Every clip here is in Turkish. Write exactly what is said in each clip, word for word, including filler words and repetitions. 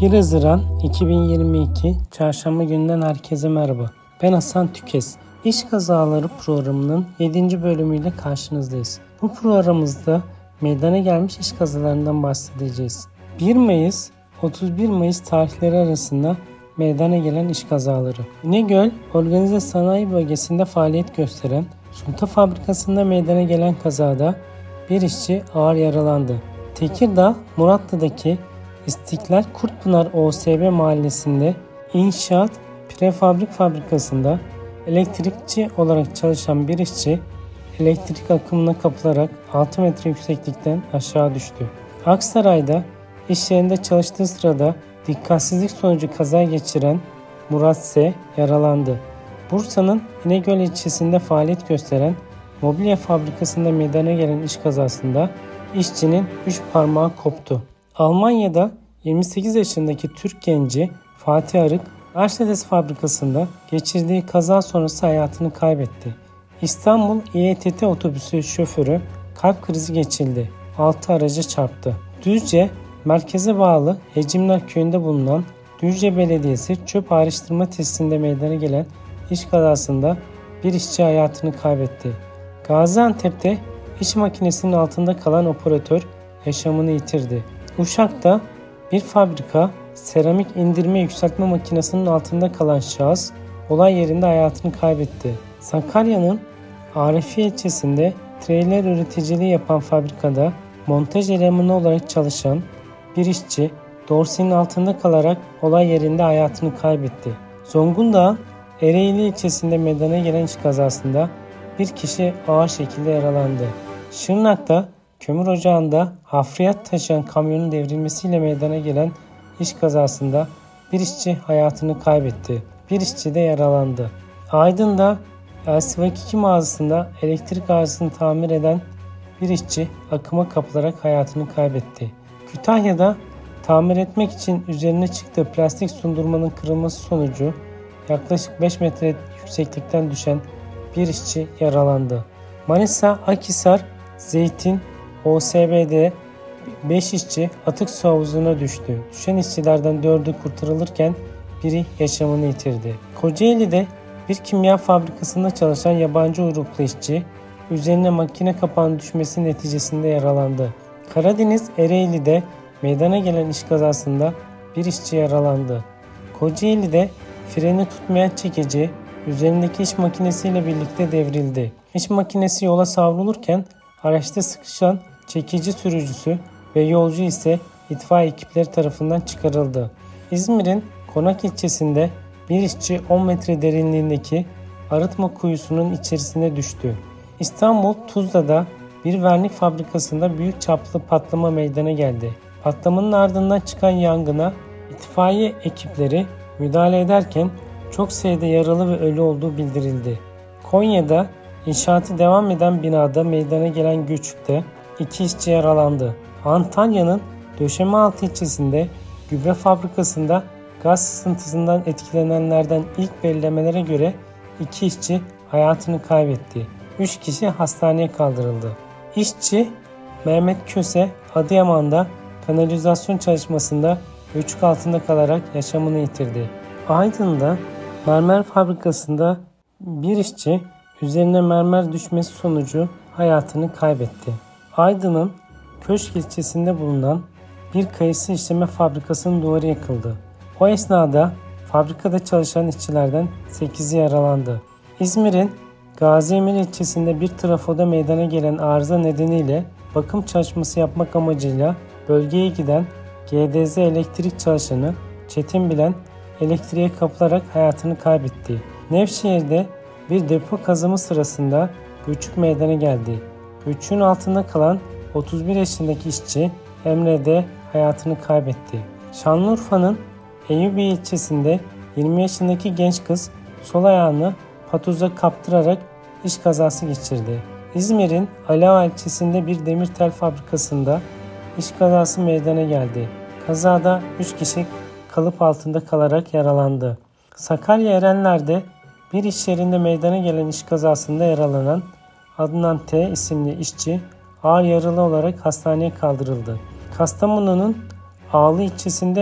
bir Haziran iki bin yirmi iki Çarşamba gününden herkese merhaba. Ben Hasan Tükes. İş kazaları programının yedinci bölümüyle karşınızdayız. Bu programımızda meydana gelmiş iş kazalarından bahsedeceğiz. bir Mayıs otuz bir Mayıs tarihleri arasında meydana gelen iş kazaları. İnegöl Organize Sanayi Bölgesi'nde faaliyet gösteren sunta fabrikasında meydana gelen kazada bir işçi ağır yaralandı. Tekirdağ Muratlı'daki İstiklal Kurtpınar O S B mahallesinde inşaat prefabrik fabrikasında elektrikçi olarak çalışan bir işçi elektrik akımına kapılarak altı metre yükseklikten aşağı düştü. Aksaray'da iş yerinde çalıştığı sırada dikkatsizlik sonucu kaza geçiren Murat S. yaralandı. Bursa'nın İnegöl ilçesinde faaliyet gösteren mobilya fabrikasında meydana gelen iş kazasında işçinin üç parmağı koptu. Almanya'da yirmi sekiz yaşındaki Türk genci Fatih Arık, Mercedes fabrikasında geçirdiği kaza sonrası hayatını kaybetti. İstanbul İ E T T otobüsü şoförü kalp krizi geçirdi. altı araca çarptı. Düzce merkeze bağlı Hecimler Köyü'nde bulunan Düzce Belediyesi çöp ayrıştırma tesisinde meydana gelen iş kazasında bir işçi hayatını kaybetti. Gaziantep'te iş makinesinin altında kalan operatör yaşamını yitirdi. Uşak'ta bir fabrika seramik indirme yükseltme makinesinin altında kalan şahıs olay yerinde hayatını kaybetti. Sakarya'nın Arifiye ilçesinde trailer üreticiliği yapan fabrikada montaj elemanı olarak çalışan bir işçi dorsenin altında kalarak olay yerinde hayatını kaybetti. Zonguldak'ın Ereğli ilçesinde meydana gelen iş kazasında bir kişi ağır şekilde yaralandı. Şırnak'ta kömür ocağında hafriyat taşıyan kamyonun devrilmesiyle meydana gelen iş kazasında bir işçi hayatını kaybetti. Bir işçi de yaralandı. Aydın'da El Sıvak iki mağazasında elektrik arızasını tamir eden bir işçi akıma kapılarak hayatını kaybetti. Kütahya'da tamir etmek için üzerine çıktığı plastik sundurmanın kırılması sonucu yaklaşık beş metre yükseklikten düşen bir işçi yaralandı. Manisa Akhisar Zeytin O S B'de beş işçi atık su havuzuna düştü. Düşen işçilerden dördü kurtarılırken biri yaşamını yitirdi. Kocaeli'de bir kimya fabrikasında çalışan yabancı uyruklu işçi üzerine makine kapağının düşmesi neticesinde yaralandı. Karadeniz Ereğli'de meydana gelen iş kazasında bir işçi yaralandı. Kocaeli'de freni tutmayan çekici üzerindeki iş makinesiyle birlikte devrildi. İş makinesi yola savrulurken araçta sıkışan çekici sürücüsü ve yolcu ise itfaiye ekipleri tarafından çıkarıldı. İzmir'in Konak ilçesinde bir işçi on metre derinliğindeki arıtma kuyusunun içerisine düştü. İstanbul Tuzla'da bir vernik fabrikasında büyük çaplı patlama meydana geldi. Patlamanın ardından çıkan yangına itfaiye ekipleri müdahale ederken çok sayıda yaralı ve ölü olduğu bildirildi. Konya'da inşaatı devam eden binada meydana gelen göçükte iki işçi yaralandı. Antalya'nın Döşemealtı ilçesinde gübre fabrikasında gaz sızıntısından etkilenenlerden ilk belirlemelere göre iki işçi hayatını kaybetti. üç kişi hastaneye kaldırıldı. İşçi Mehmet Köse Adıyaman'da kanalizasyon çalışmasında göçük altında kalarak yaşamını yitirdi. Aydın'da mermer fabrikasında bir işçi üzerine mermer düşmesi sonucu hayatını kaybetti. Aydın'ın Köşk ilçesinde bulunan bir kayısı işleme fabrikasının duvarı yıkıldı. O esnada fabrikada çalışan işçilerden sekizi yaralandı. İzmir'in Gaziemir ilçesinde bir trafoda meydana gelen arıza nedeniyle bakım çalışması yapmak amacıyla bölgeye giden G D Z elektrik çalışanı Çetin Bilen elektriğe kapılarak hayatını kaybetti. Nevşehir'de bir depo kazımı sırasında göçük meydana geldi. Göçüğün altında kalan otuz bir yaşındaki işçi Emre D. hayatını kaybetti. Şanlıurfa'nın Eyyubiye ilçesinde yirmi yaşındaki genç kız sol ayağını patoza kaptırarak iş kazası geçirdi. İzmir'in Ali Ağa ilçesinde bir demir tel fabrikasında iş kazası meydana geldi. Kazada üç kişi kalıp altında kalarak yaralandı. Sakarya Erenler'de bir iş yerinde meydana gelen iş kazasında yaralanan Adnan T. isimli işçi ağır yaralı olarak hastaneye kaldırıldı. Kastamonu'nun Ağlı ilçesinde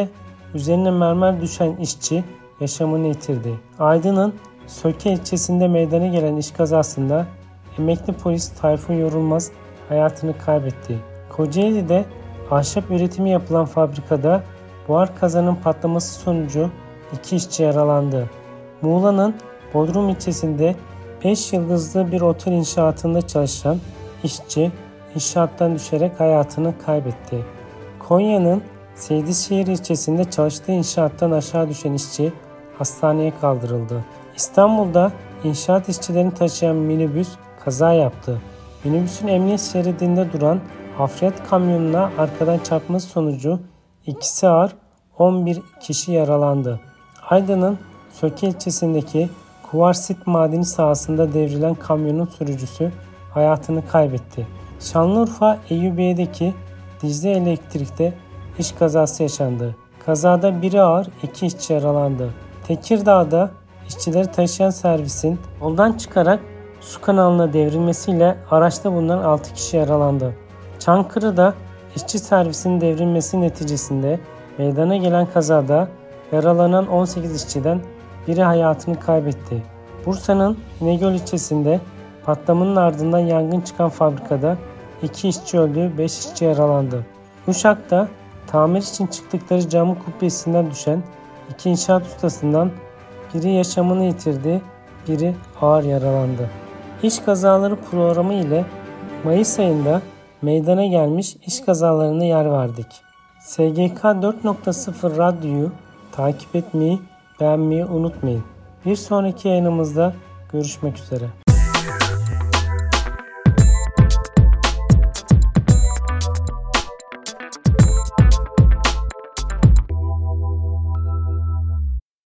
üzerine mermer düşen işçi yaşamını yitirdi. Aydın'ın Söke ilçesinde meydana gelen iş kazasında emekli polis Tayfun Yorulmaz hayatını kaybetti. Kocaeli'de ahşap üretimi yapılan fabrikada buhar kazanın patlaması sonucu iki işçi yaralandı. Muğla'nın Bodrum ilçesinde beş yıldızlı bir otel inşaatında çalışan işçi inşaattan düşerek hayatını kaybetti. Konya'nın Seydişehir ilçesinde çalıştığı inşaattan aşağı düşen işçi hastaneye kaldırıldı. İstanbul'da inşaat işçilerini taşıyan minibüs kaza yaptı. Minibüsün emniyet şeridinde duran hafriyat kamyonuna arkadan çarpması sonucu ikisi ağır, on bir kişi yaralandı. Aydın'ın Söke ilçesindeki kuvarsit madeni sahasında devrilen kamyonun sürücüsü hayatını kaybetti. Şanlıurfa Eyyubiye'deki Dicle Elektrik'te iş kazası yaşandı. Kazada biri ağır, iki işçi yaralandı. Tekirdağ'da işçileri taşıyan servisin yoldan çıkarak su kanalına devrilmesiyle araçta bulunan altı kişi yaralandı. Çankırı'da işçi servisinin devrilmesi neticesinde meydana gelen kazada yaralanan on sekiz işçiden biri hayatını kaybetti. Bursa'nın İnegöl ilçesinde patlamanın ardından yangın çıkan fabrikada iki işçi öldü, beş işçi yaralandı. Uşak'ta tamir için çıktıkları camı kubbesinden düşen iki inşaat ustasından biri yaşamını yitirdi, biri ağır yaralandı. İş kazaları programı ile Mayıs ayında meydana gelmiş iş kazalarına yer verdik. S G K dört nokta sıfır Radyo'yu takip etmeyi, beğenmeyi unutmayın. Bir sonraki yayınımızda görüşmek üzere.